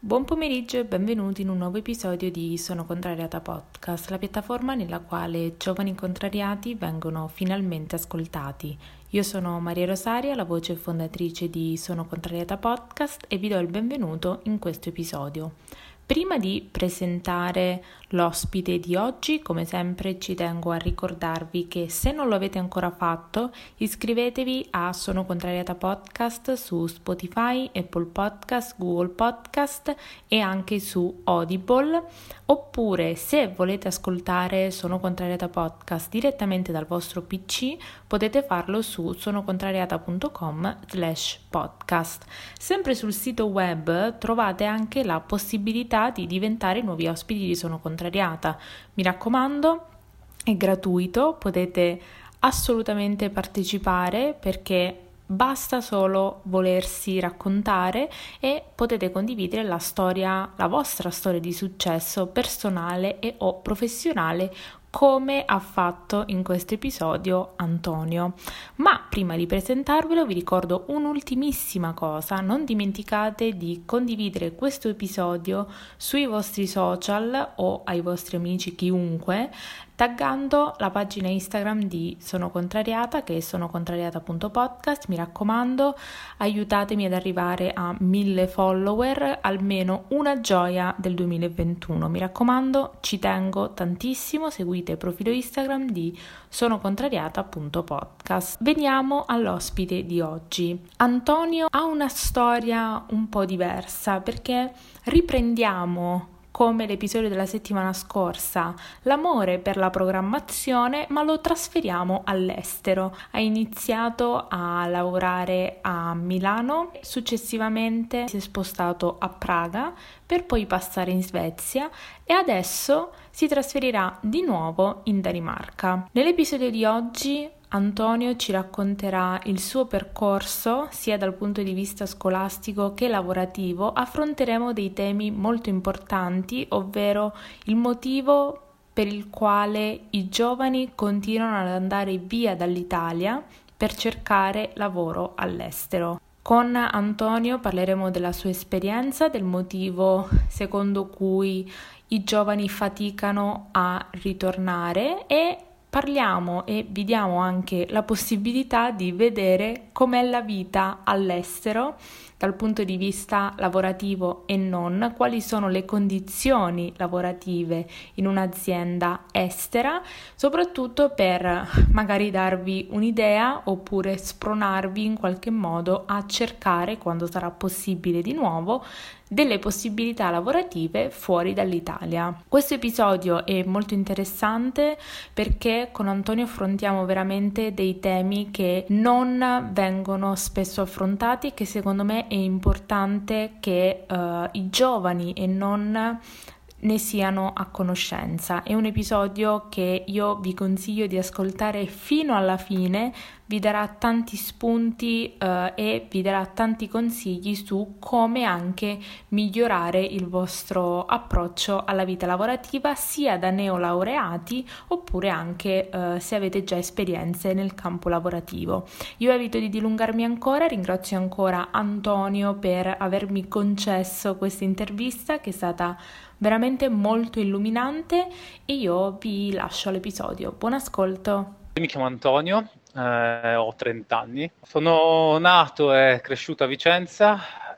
Buon pomeriggio e benvenuti in un nuovo episodio di Sono Contrariata Podcast, la piattaforma nella quale giovani contrariati vengono finalmente ascoltati. Io sono Maria Rosaria, la voce fondatrice di Sono Contrariata Podcast e vi do il benvenuto in questo episodio. Prima di presentare l'ospite di oggi, come sempre ci tengo a ricordarvi che se non lo avete ancora fatto, iscrivetevi a Sono Contrariata Podcast su Spotify, Apple Podcast, Google Podcast e anche su Audible. Oppure, se volete ascoltare Sono Contrariata Podcast direttamente dal vostro PC, potete farlo su sonocontrariata.com/podcast. Sempre sul sito web trovate anche la possibilità di diventare nuovi ospiti di Sono Contrariata. Mi raccomando, è gratuito, potete assolutamente partecipare perché basta solo volersi raccontare e potete condividere la vostra storia di successo personale e o professionale, come ha fatto in questo episodio Antonio. Ma prima di presentarvelo vi ricordo un'ultimissima cosa: non dimenticate di condividere questo episodio sui vostri social o ai vostri amici, chiunque, taggando la pagina Instagram di Sono Contrariata, che è sonocontrariata.podcast. Mi raccomando, aiutatemi ad arrivare a 1000 follower, almeno una gioia del 2021. Mi raccomando, ci tengo tantissimo, seguite il profilo Instagram di sonocontrariata.podcast. Veniamo all'ospite di oggi. Antonio ha una storia un po' diversa perché riprendiamo, come l'episodio della settimana scorsa, l'amore per la programmazione, ma lo trasferiamo all'estero. Ha iniziato a lavorare a Milano, successivamente si è spostato a Praga per poi passare in Svezia e adesso si trasferirà di nuovo in Danimarca. Nell'episodio di oggi Antonio ci racconterà il suo percorso sia dal punto di vista scolastico che lavorativo. Affronteremo dei temi molto importanti, ovvero il motivo per il quale i giovani continuano ad andare via dall'Italia per cercare lavoro all'estero. Con Antonio parleremo della sua esperienza, del motivo secondo cui i giovani faticano a ritornare e parliamo e vi diamo anche la possibilità di vedere com'è la vita all'estero dal punto di vista lavorativo e non, quali sono le condizioni lavorative in un'azienda estera, soprattutto per magari darvi un'idea oppure spronarvi in qualche modo a cercare, quando sarà possibile di nuovo, delle possibilità lavorative fuori dall'Italia. Questo episodio è molto interessante perché con Antonio affrontiamo veramente dei temi che non vengono spesso affrontati e che secondo me è importante che i giovani e non ne siano a conoscenza. È un episodio che io vi consiglio di ascoltare fino alla fine, vi darà tanti spunti e vi darà tanti consigli su come anche migliorare il vostro approccio alla vita lavorativa, sia da neolaureati oppure anche se avete già esperienze nel campo lavorativo. Io evito di dilungarmi ancora, ringrazio ancora Antonio per avermi concesso questa intervista che è stata veramente molto illuminante e io vi lascio all'episodio. Buon ascolto! Mi chiamo Antonio, ho 30 anni, sono nato e cresciuto a Vicenza,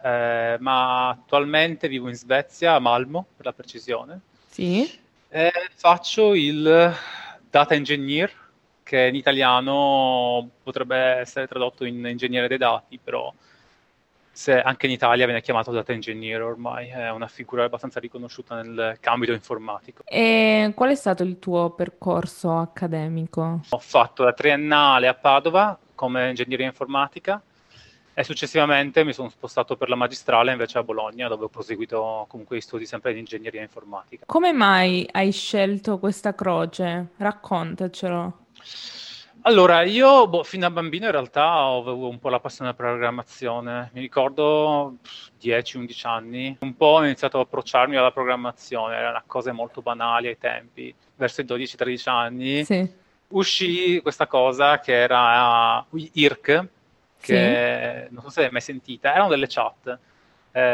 ma attualmente vivo in Svezia, a Malmo per la precisione. Sì? Faccio il data engineer, che in italiano potrebbe essere tradotto in ingegnere dei dati, però se anche in Italia viene chiamato data engineer ormai, è una figura abbastanza riconosciuta nel cambio informatico. E qual è stato il tuo percorso accademico? Ho fatto la triennale a Padova come ingegneria informatica e successivamente mi sono spostato per la magistrale invece a Bologna, dove ho proseguito comunque gli studi sempre in ingegneria informatica. Come mai hai scelto questa croce? Raccontacelo. Allora, io fin da bambino in realtà avevo un po' la passione per la programmazione. Mi ricordo 10-11 anni, un po' ho iniziato ad approcciarmi alla programmazione, erano cose molto banali ai tempi. Verso i 12-13 anni Sì, uscì questa cosa che era IRC, sì, che non so se l'hai mai sentita, erano delle chat.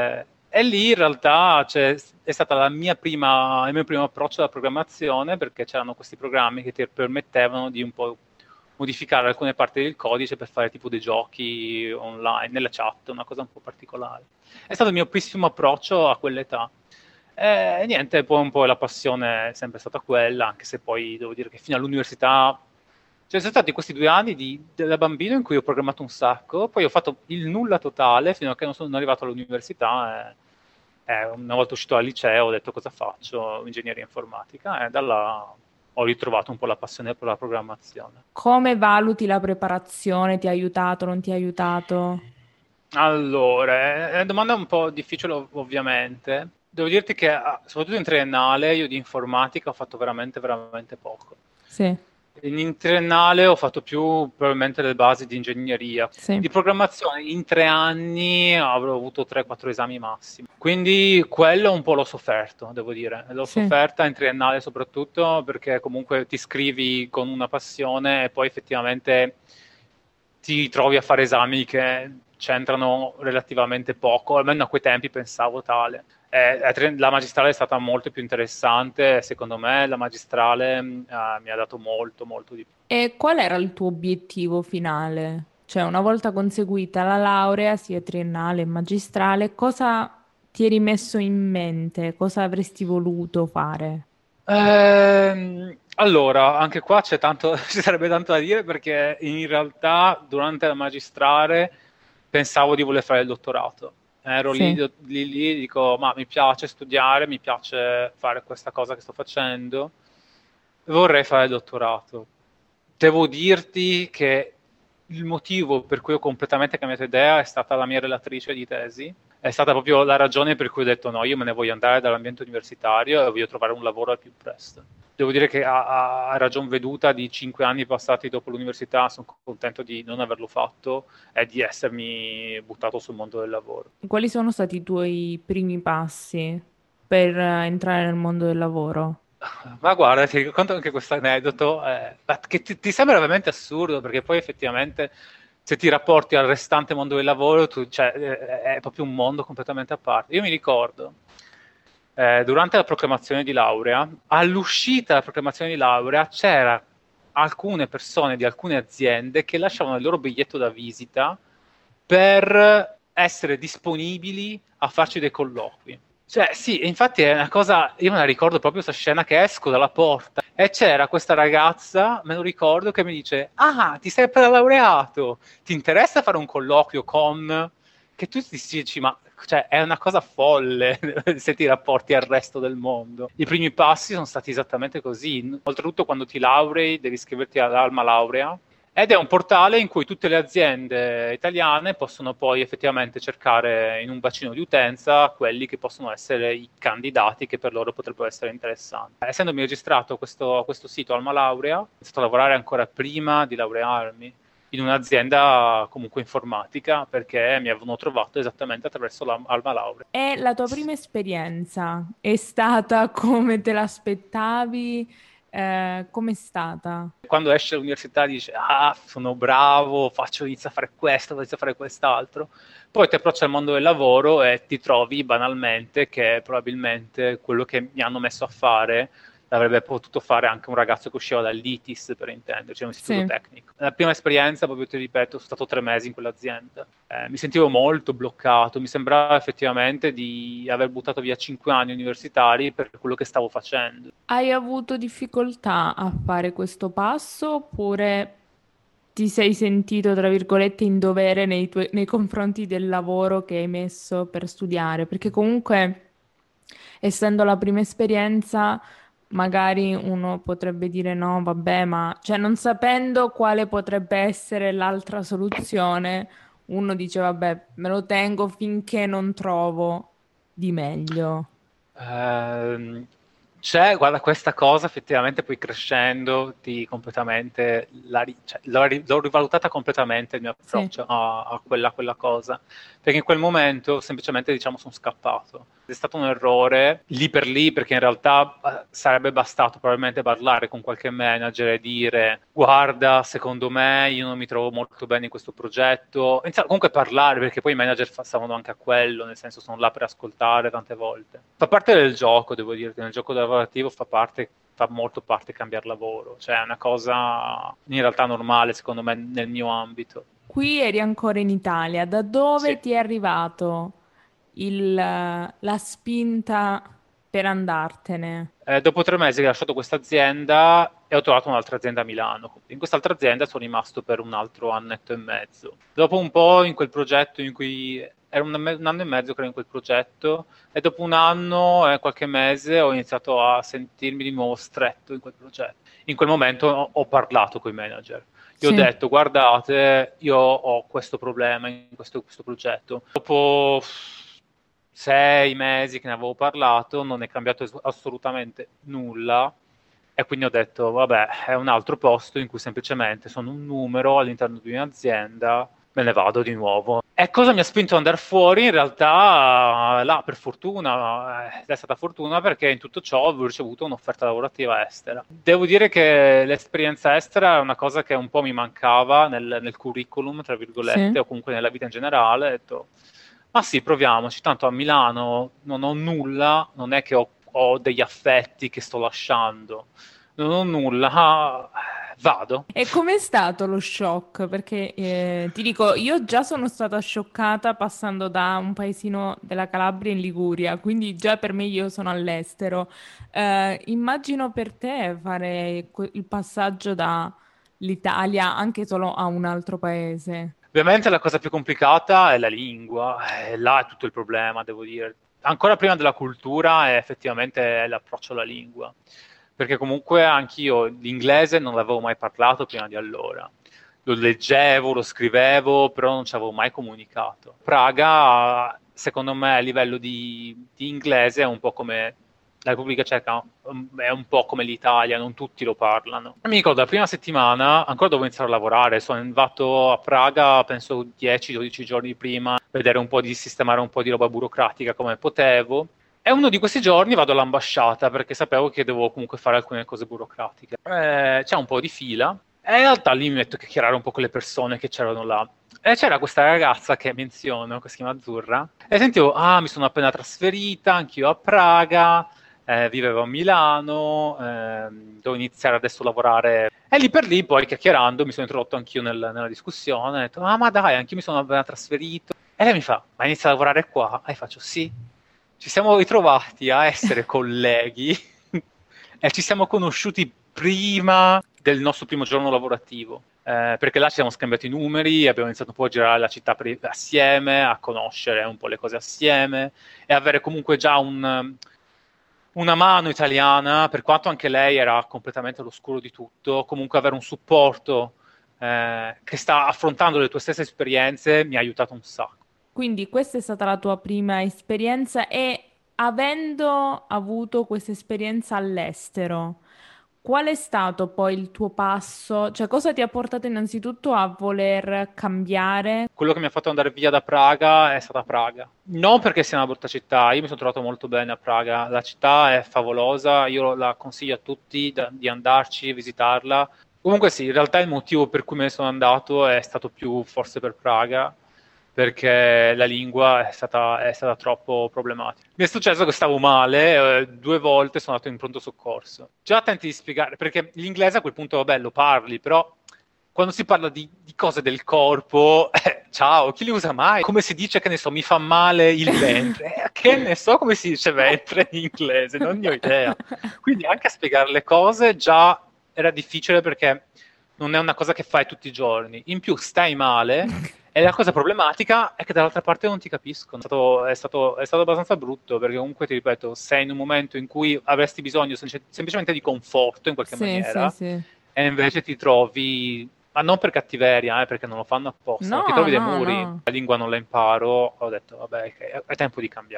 E lì in realtà è stata il mio primo approccio alla programmazione, perché c'erano questi programmi che ti permettevano di un po' modificare alcune parti del codice per fare tipo dei giochi online, nella chat, una cosa un po' particolare. È stato il mio primo approccio a quell'età. E niente, poi un po' la passione è sempre stata quella, anche se poi devo dire che fino all'università, cioè sono stati questi 2 anni da bambino in cui ho programmato un sacco, poi ho fatto il nulla totale fino a che non sono arrivato all'università e una volta uscito dal liceo ho detto cosa faccio, ingegneria informatica, e da là ho ritrovato un po' la passione per la programmazione. Come valuti la preparazione? Ti ha aiutato, non ti ha aiutato? Allora, è una domanda un po' difficile ovviamente. Devo dirti che soprattutto in triennale io di informatica ho fatto veramente, veramente poco. Sì, In triennale ho fatto più probabilmente le basi di ingegneria. sì, Di programmazione in 3 anni avrò avuto 3-4 esami massimo. Quindi quello un po' l'ho sofferto, devo dire. L'ho sì. sofferta in triennale soprattutto perché comunque ti iscrivi con una passione e poi effettivamente ti trovi a fare esami che c'entrano relativamente poco, almeno a quei tempi pensavo tale. La magistrale è stata molto più interessante, secondo me la magistrale mi ha dato molto, molto di più. E qual era il tuo obiettivo finale? Cioè, una volta conseguita la laurea, sia triennale che magistrale, cosa ti eri messo in mente? Cosa avresti voluto fare? Allora, anche qua ci sarebbe tanto da dire perché in realtà durante la magistrale pensavo di voler fare il dottorato. Ero lì, Sì, lì, dico, ma mi piace studiare, mi piace fare questa cosa che sto facendo, vorrei fare il dottorato. Devo dirti che il motivo per cui ho completamente cambiato idea è stata la mia relatrice di tesi. È stata proprio la ragione per cui ho detto no, io me ne voglio andare dall'ambiente universitario e voglio trovare un lavoro al più presto. Devo dire che a ragion veduta di 5 anni passati dopo l'università sono contento di non averlo fatto e di essermi buttato sul mondo del lavoro. quali sono stati i tuoi primi passi per entrare nel mondo del lavoro? Ma guarda, ti racconto anche questo aneddoto, ma che ti sembra veramente assurdo, perché poi effettivamente se ti rapporti al restante mondo del lavoro, cioè, è proprio un mondo completamente a parte. Io mi ricordo, durante la proclamazione di laurea, all'uscita della proclamazione di laurea, c'era alcune persone di alcune aziende che lasciavano il loro biglietto da visita per essere disponibili a farci dei colloqui. Cioè, sì, infatti è una cosa, io me la ricordo proprio questa scena che esco dalla porta e c'era questa ragazza, me lo ricordo, che mi dice, ah, ti sei appena laureato, ti interessa fare un colloquio con... Che tu ti dici, ma cioè, è una cosa folle se ti rapporti al resto del mondo. I primi passi sono stati esattamente così. Oltretutto, quando ti laurei, devi iscriverti all'Alma Laurea. Ed è un portale in cui tutte le aziende italiane possono poi effettivamente cercare in un bacino di utenza quelli che possono essere i candidati che per loro potrebbero essere interessanti. Essendomi registrato a questo sito Alma Laurea, ho iniziato a lavorare ancora prima di laurearmi in un'azienda comunque informatica perché mi avevano trovato esattamente attraverso l'Alma Laurea. E la tua prima esperienza è stata come te l'aspettavi? Com'è stata? Quando esce dall'università dice ah, sono bravo, inizio a fare questo, inizio a fare quest'altro. Poi ti approcci al mondo del lavoro e ti trovi banalmente che probabilmente quello che mi hanno messo a fare l'avrebbe potuto fare anche un ragazzo che usciva dall'ITIS, per intenderci, un istituto Sì. tecnico. La prima esperienza, proprio ti ripeto, sono stato 3 mesi in quell'azienda. Mi sentivo molto bloccato, mi sembrava effettivamente di aver buttato via 5 anni universitari per quello che stavo facendo. Hai avuto difficoltà a fare questo passo oppure ti sei sentito, tra virgolette, in dovere nei confronti del lavoro che hai messo per studiare? Perché comunque, essendo la prima esperienza, magari uno potrebbe dire no, vabbè, ma cioè non sapendo quale potrebbe essere l'altra soluzione, uno dice vabbè, me lo tengo finché non trovo di meglio. Ehm, C'è, guarda, questa cosa effettivamente poi crescendo ti completamente, l'ho rivalutata completamente il mio Sì. approccio a quella cosa, perché in quel momento semplicemente diciamo sono scappato. È stato un errore lì per lì, perché in realtà sarebbe bastato probabilmente parlare con qualche manager e dire guarda, secondo me io non mi trovo molto bene in questo progetto. Comunque parlare, perché poi i manager stavano anche a quello, nel senso sono là per ascoltare tante volte. Fa parte del gioco, devo dirti, nel gioco lavorativo fa molto parte cambiare lavoro, cioè è una cosa in realtà normale secondo me nel mio ambito. Qui eri ancora in Italia, da Sì. dove ti è arrivato la spinta per andartene? Dopo 3 mesi che ho lasciato questa azienda e ho trovato un'altra azienda a Milano. In quest'altra azienda sono rimasto per un altro annetto e mezzo. Dopo un po' in quel progetto in cui era un anno e mezzo che ero in quel progetto e dopo un anno e qualche mese ho iniziato a sentirmi di nuovo stretto in quel progetto. In quel momento ho parlato con i manager. Gli ho Sì. detto, guardate, io ho questo problema in questo progetto. Dopo 6 mesi che ne avevo parlato, non è cambiato assolutamente nulla. E quindi ho detto, vabbè, è un altro posto in cui semplicemente sono un numero all'interno di un'azienda, me ne vado di nuovo. E cosa mi ha spinto ad andare fuori? In realtà, là, per fortuna, è stata fortuna perché in tutto ciò avevo ricevuto un'offerta lavorativa estera. Devo dire che l'esperienza estera è una cosa che un po' mi mancava nel curriculum, tra Sì. virgolette, o comunque nella vita in generale. Ho detto, ma sì, proviamoci, tanto a Milano non ho nulla, non è che ho degli affetti che sto lasciando, non ho nulla, vado. E com'è stato lo shock? Perché ti dico, io già sono stata scioccata passando da un paesino della Calabria in Liguria, quindi già per me io sono all'estero. Immagino per te fare il passaggio dall'Italia anche solo a un altro paese. Ovviamente la cosa più complicata è la lingua, là è tutto il problema, devo dire. Ancora prima della cultura è effettivamente l'approccio alla lingua, perché comunque anch'io l'inglese non l'avevo mai parlato prima di allora. Lo leggevo, lo scrivevo, però non ci avevo mai comunicato. Praga, secondo me, a livello di inglese è un po' come la Repubblica Ceca, è un po' come l'Italia, non tutti lo parlano. Mi ricordo la prima settimana, ancora dovevo iniziare a lavorare, sono andato a Praga, penso 10-12 giorni prima, vedere un po' di sistemare un po' di roba burocratica come potevo. E uno di questi giorni vado all'ambasciata perché sapevo che dovevo comunque fare alcune cose burocratiche. C'è un po' di fila e in realtà lì mi metto a chiacchierare un po' con le persone che c'erano là. E c'era questa ragazza che menziono, che si chiama Azzurra, e sentivo, mi sono appena trasferita, anch'io a Praga, vivevo a Milano, devo iniziare adesso a lavorare. E lì per lì, poi chiacchierando, mi sono introdotto anch'io nella discussione, ho detto, ma dai, anch'io mi sono appena trasferito. E lei mi fa, ma inizi a lavorare qua? E faccio, sì. Ci siamo ritrovati a essere colleghi e ci siamo conosciuti prima del nostro primo giorno lavorativo. Perché là ci siamo scambiati i numeri, abbiamo iniziato un po' a girare la città assieme, a conoscere un po' le cose assieme e avere comunque già una mano italiana, per quanto anche lei era completamente all'oscuro di tutto, comunque avere un supporto che sta affrontando le tue stesse esperienze mi ha aiutato un sacco. Quindi questa è stata la tua prima esperienza e avendo avuto questa esperienza all'estero, qual è stato poi il tuo passo? Cioè, cosa ti ha portato innanzitutto a voler cambiare? Quello che mi ha fatto andare via da Praga è stata Praga. Non perché sia una brutta città, io mi sono trovato molto bene a Praga, la città è favolosa, io la consiglio a tutti di andarci, visitarla. Comunque sì, in realtà il motivo per cui me ne sono andato è stato più forse per Praga, perché la lingua è stata troppo problematica. Mi è successo che stavo male, 2 volte sono andato in pronto soccorso. Già tenti di spiegare, perché l'inglese a quel punto, vabbè, lo parli, però quando si parla di cose del corpo, ciao, chi li usa mai? Come si dice, che ne so, mi fa male il ventre? Che ne so come si dice ventre in inglese, non ne ho idea. Quindi anche a spiegare le cose già era difficile perché non è una cosa che fai tutti i giorni. In più stai male e la cosa problematica è che dall'altra parte non ti capiscono. È stato abbastanza brutto perché comunque, ti ripeto, sei in un momento in cui avresti bisogno semplicemente di conforto in qualche Sì, sì, maniera sì. e invece ti trovi, ma non per cattiveria, perché non lo fanno apposta, ma ti No, trovi dei no, muri, no. la lingua non la imparo, ho detto vabbè, ok, è tempo di cambiare.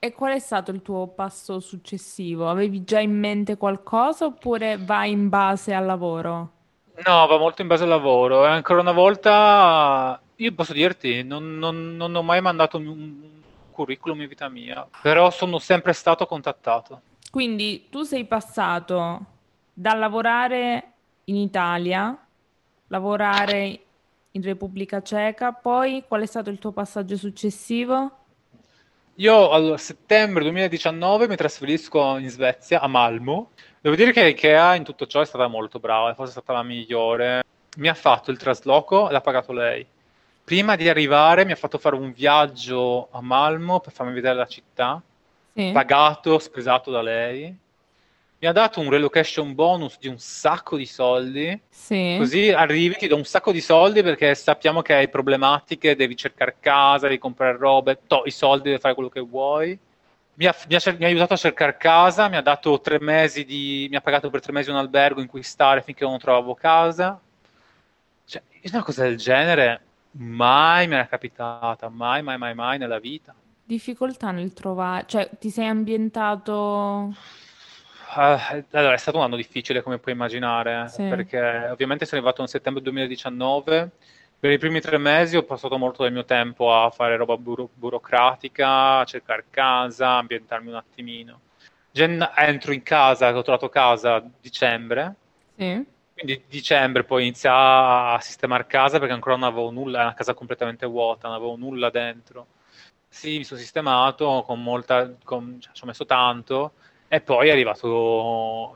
E qual è stato il tuo passo successivo? Avevi già in mente qualcosa oppure vai in base al lavoro? No, va molto in base al lavoro. E ancora una volta, io posso dirti, non ho mai mandato un curriculum in vita mia, però sono sempre stato contattato. Quindi tu sei passato da lavorare in Italia, lavorare in Repubblica Ceca, poi qual è stato il tuo passaggio successivo? Io a settembre 2019 mi trasferisco in Svezia, a Malmo. Devo dire che Ikea in tutto ciò è stata molto brava, è forse stata la migliore. Mi ha fatto il trasloco e l'ha pagato lei. Prima di arrivare mi ha fatto fare un viaggio a Malmo per farmi vedere la città, Sì, pagato, spesato da lei. Mi ha dato un relocation bonus di un sacco di soldi, sì. così arrivi, ti do un sacco di soldi perché sappiamo che hai problematiche, devi cercare casa, devi comprare robe, i soldi, devi fare quello che vuoi. Mi ha aiutato a cercare casa, mi ha dato 3 mesi mi ha pagato per 3 mesi un albergo in cui stare finché non trovavo casa. Cioè, una cosa del genere mai me era capitata, mai, mai, mai, mai nella vita. Difficoltà nel trovare, cioè ti sei ambientato... Allora, è stato un anno difficile, come puoi immaginare, Sì. perché ovviamente sono arrivato nel settembre 2019. Per i primi 3 mesi ho passato molto del mio tempo a fare roba burocratica, a cercare casa, ambientarmi un attimino. Entro in casa, che ho trovato casa a dicembre, Sì. quindi dicembre poi inizia a sistemare casa perché ancora non avevo nulla, è una casa completamente vuota, non avevo nulla dentro. Sì, mi sono sistemato con cioè, ci ho messo tanto e poi è arrivato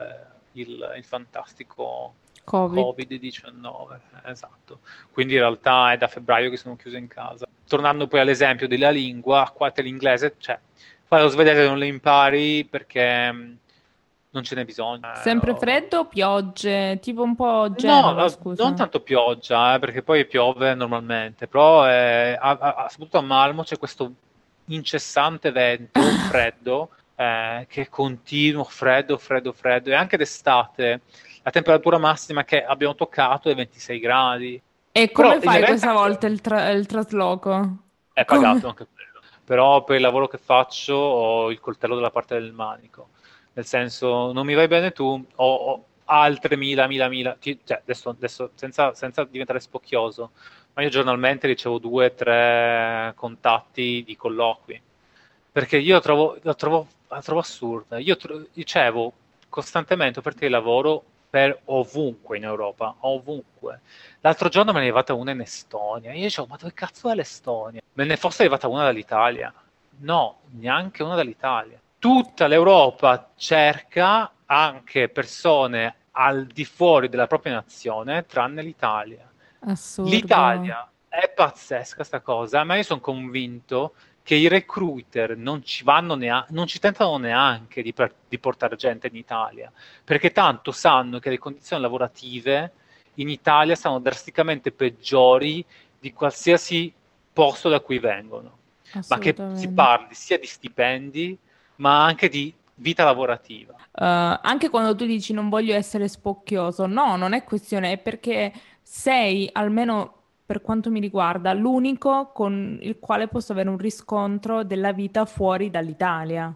il fantastico Covid. Covid-19, esatto. Quindi in realtà è da febbraio che sono chiuso in casa. Tornando poi all'esempio della lingua, qua te l'inglese, cioè, fare lo svedese non lo impari perché non ce n'è bisogno. Sempre freddo o piogge? Tipo un po' No, Genova, non scusa. tanto pioggia, perché poi piove normalmente, però soprattutto a Malmo c'è questo incessante vento freddo, che è continuo, freddo, freddo, freddo, e anche d'estate la temperatura massima che abbiamo toccato è 26 gradi. E Però come fai inerente questa a volta il trasloco? è pagato Come? anche quello. Però per il lavoro che faccio ho il coltello dalla parte del manico. Nel senso, non mi vai bene tu, ho altre mila, mila, mila. Cioè, adesso senza diventare spocchioso, ma io giornalmente ricevo 2, 3 contatti di colloqui. Perché io la trovo assurda. Ricevo costantemente offerte di lavoro per ovunque in Europa, ovunque. L'altro giorno me ne è arrivata una in Estonia. Io dicevo, ma dove cazzo è l'Estonia? Me ne fosse arrivata una dall'Italia. No, neanche una dall'Italia. Tutta l'Europa cerca anche persone al di fuori della propria nazione, tranne l'Italia. Assurdo. L'Italia è pazzesca sta cosa, ma io sono convinto che i recruiter non ci vanno non ci tentano neanche di portare gente in Italia, perché tanto sanno che le condizioni lavorative in Italia sono drasticamente peggiori di qualsiasi posto da cui vengono, ma che si Assolutamente. parli sia di stipendi, ma anche di vita lavorativa. Anche quando tu dici non voglio essere spocchioso, no, non è questione, è perché sei, almeno per quanto mi riguarda, l'unico con il quale posso avere un riscontro della vita fuori dall'Italia.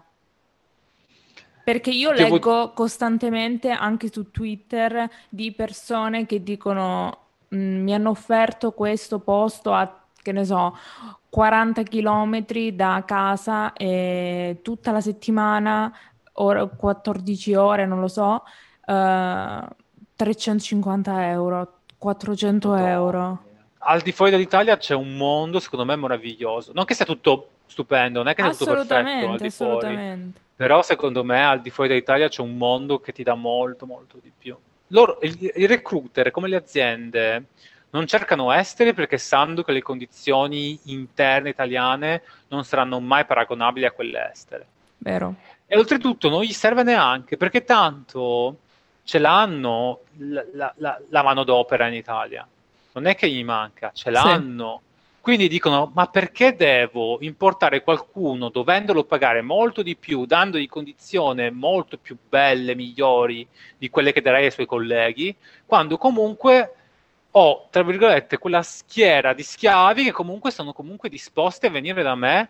Perché io Devo leggo costantemente anche su Twitter di persone che dicono mi hanno offerto questo posto a, che ne so, 40 chilometri da casa e tutta la settimana, 14 ore, non lo so, 350 euro, 400 Madonna euro. mia. Al di fuori dall'Italia c'è un mondo, secondo me, meraviglioso. Non che sia tutto stupendo, non è che sia tutto perfetto al Assolutamente, di fuori, assolutamente. però secondo me al di fuori dall'Italia c'è un mondo che ti dà molto, molto di più. Loro, i recruiter, come le aziende, non cercano esteri perché sanno che le condizioni interne italiane non saranno mai paragonabili a quelle estere. Vero? E oltretutto non gli serve neanche perché tanto ce l'hanno la manodopera in Italia. Non è che gli manca, ce Sì. l'hanno. Quindi dicono: ma perché devo importare qualcuno dovendolo pagare molto di più, dandogli condizioni molto più belle, migliori di quelle che darei ai suoi colleghi, quando comunque ho, tra virgolette, quella schiera di schiavi che comunque sono comunque disposti a venire da me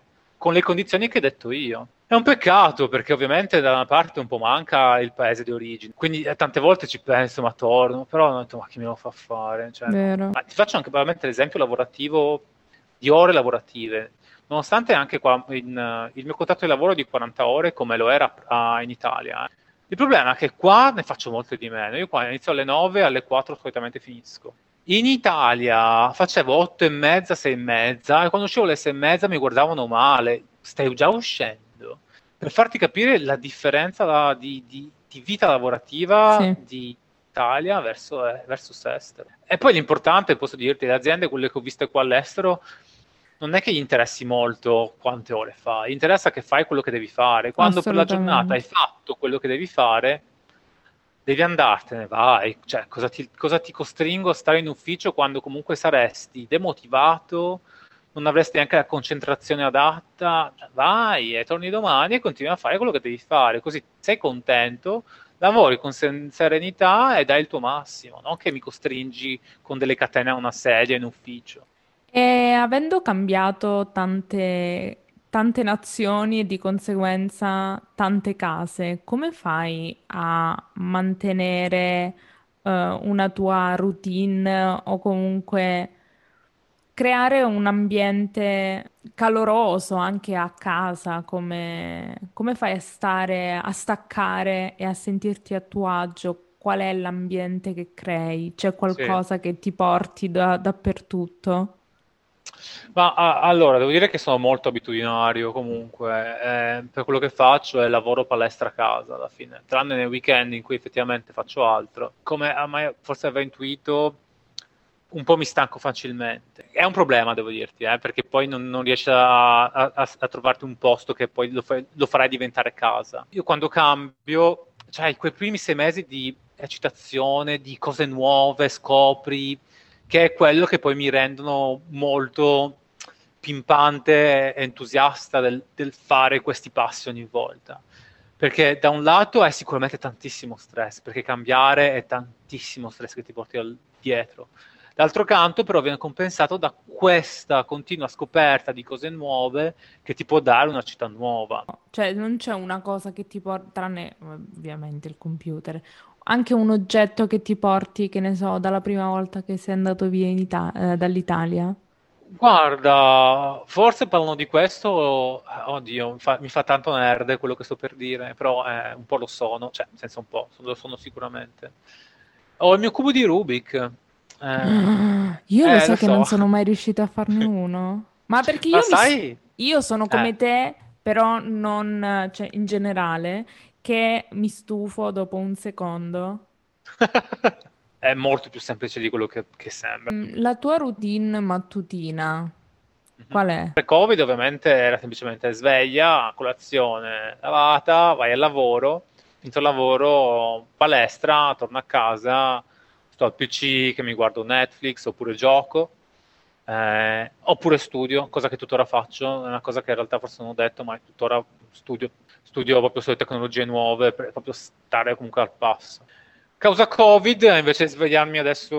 con le condizioni che ho detto io. È un peccato perché ovviamente da una parte un po' manca il paese di origine, quindi tante volte ci penso, ma torno, però ho detto, ma chi me lo fa fare? Cioè, no. Vero. Ma ti faccio anche probabilmente l'esempio lavorativo di ore lavorative. Nonostante anche qua il mio contratto di lavoro è di 40 ore come lo era in Italia. Il problema è che qua ne faccio molte di meno. Io qua inizio alle 9, alle 4 solitamente finisco. In Italia facevo 8 e mezza, 6 e mezza, e quando uscivo alle 6 e mezza mi guardavano male. Stai già uscendo? Per farti capire la differenza di vita lavorativa Sì, di Italia verso estero. E poi l'importante, posso dirti, le aziende, quelle che ho viste qua all'estero, non è che gli interessi molto quante ore fai, interessa che fai quello che devi fare. Quando per la giornata hai assolutamente. fatto quello che devi fare, devi andartene, vai. Cioè, cosa ti costringo a stare in ufficio quando comunque saresti demotivato, non avresti neanche la concentrazione adatta? Cioè, vai e torni domani e continui a fare quello che devi fare, così sei contento, lavori con serenità e dai il tuo massimo, non che mi costringi con delle catene a una sedia in ufficio. E avendo cambiato tante nazioni e di conseguenza tante case, come fai a mantenere una tua routine o comunque creare un ambiente caloroso anche a casa? Come fai a stare, a staccare e a sentirti a tuo agio? Qual è l'ambiente che crei? C'è Sì. qualcosa che ti porti dappertutto? Ma allora, devo dire che sono molto abitudinario comunque, per quello che faccio è lavoro palestra a casa alla fine, tranne nei weekend in cui effettivamente faccio altro. Come forse avrei intuito, un po' mi stanco facilmente. È un problema, devo dirti, perché poi non riesci a trovarti un posto che poi lo farai diventare casa. Io quando cambio, cioè quei primi 6 mesi di eccitazione, di cose nuove, scopri, che è quello che poi mi rendono molto pimpante e entusiasta del fare questi passi ogni volta. Perché da un lato è sicuramente tantissimo stress, perché cambiare è tantissimo stress che ti porti dietro. D'altro canto, però, viene compensato da questa continua scoperta di cose nuove che ti può dare una città nuova. Cioè, non c'è una cosa che ti porta, tranne ovviamente il computer, anche un oggetto che ti porti, che ne so, dalla prima volta che sei andato via dall'Italia. Guarda, forse parlando di questo, oddio, mi fa tanto nerd quello che sto per dire, però un po' lo sono, cioè, senza un po', lo sono sicuramente. Ho il mio cubo di Rubik, Io lo lo sai che non so. sono mai riuscita a farne uno? Ma perché Ma sai? io sono Eh. come te, però non, cioè, in generale, che mi stufo dopo un secondo. È molto più semplice di quello che sembra. La tua routine mattutina, Mhm. qual è? Pre-Covid ovviamente era semplicemente sveglia, colazione, lavata, vai al lavoro, finito il lavoro, palestra, torno a casa, sto al PC che mi guardo Netflix oppure gioco, oppure studio, cosa che tuttora faccio, è una cosa che in realtà forse non ho detto, ma tuttora studio proprio sulle tecnologie nuove per proprio stare comunque al passo. Causa Covid, invece di svegliarmi adesso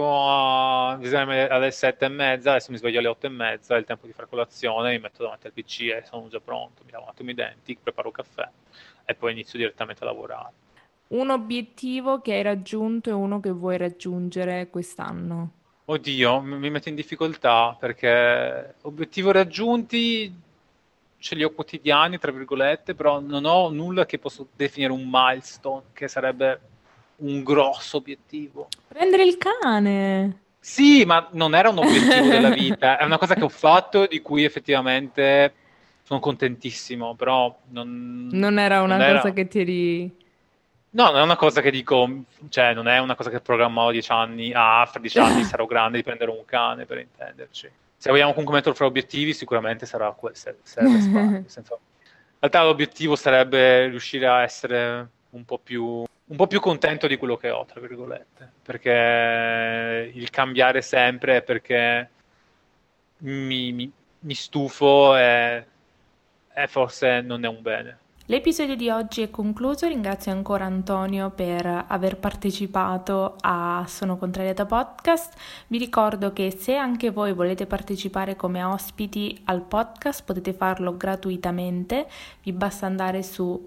alle 7 e mezza, adesso mi sveglio alle 8 e mezza, è il tempo di fare colazione, mi metto davanti al PC e sono già pronto, mi lavo un attimo i denti, preparo caffè e poi inizio direttamente a lavorare. Un obiettivo che hai raggiunto e uno che vuoi raggiungere quest'anno. Oddio, mi metto in difficoltà perché obiettivi raggiunti ce li ho quotidiani, tra virgolette, però non ho nulla che posso definire un milestone, che sarebbe un grosso obiettivo. Prendere il cane. Sì, ma non era un obiettivo della vita, è una cosa che ho fatto di cui effettivamente sono contentissimo, però Non era non una cosa era... che ti eri... No, non è una cosa che dico, cioè non è una cosa che programmavo 10 anni, fra 10 anni sarò grande di prendere un cane, per intenderci. Se vogliamo comunque metterlo fra obiettivi, sicuramente sarà se risparmio. In realtà l'obiettivo sarebbe riuscire a essere un po' più contento di quello che ho, tra virgolette, perché il cambiare sempre è perché mi stufo e forse non è un bene. L'episodio di oggi è concluso, ringrazio ancora Antonio per aver partecipato a Sono Contrariata Podcast. Vi ricordo che se anche voi volete partecipare come ospiti al podcast potete farlo gratuitamente, vi basta andare su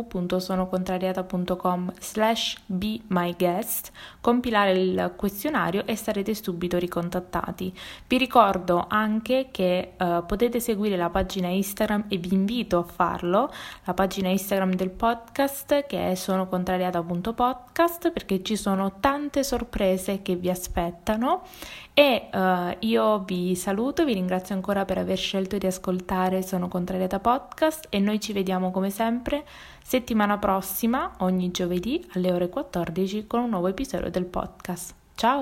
www.sonocontrariata.com/bemyguest, compilare il questionario e sarete subito ricontattati. Vi ricordo anche che potete seguire la pagina Instagram e vi invito a farlo, la pagina Instagram del podcast che è sonocontrariata.podcast, perché ci sono tante sorprese che vi aspettano e io vi saluto, vi ringrazio ancora per aver scelto di ascoltare Sono Contrariata Podcast e noi ci vediamo come sempre settimana prossima ogni giovedì alle ore 14 con un nuovo episodio del podcast. Ciao!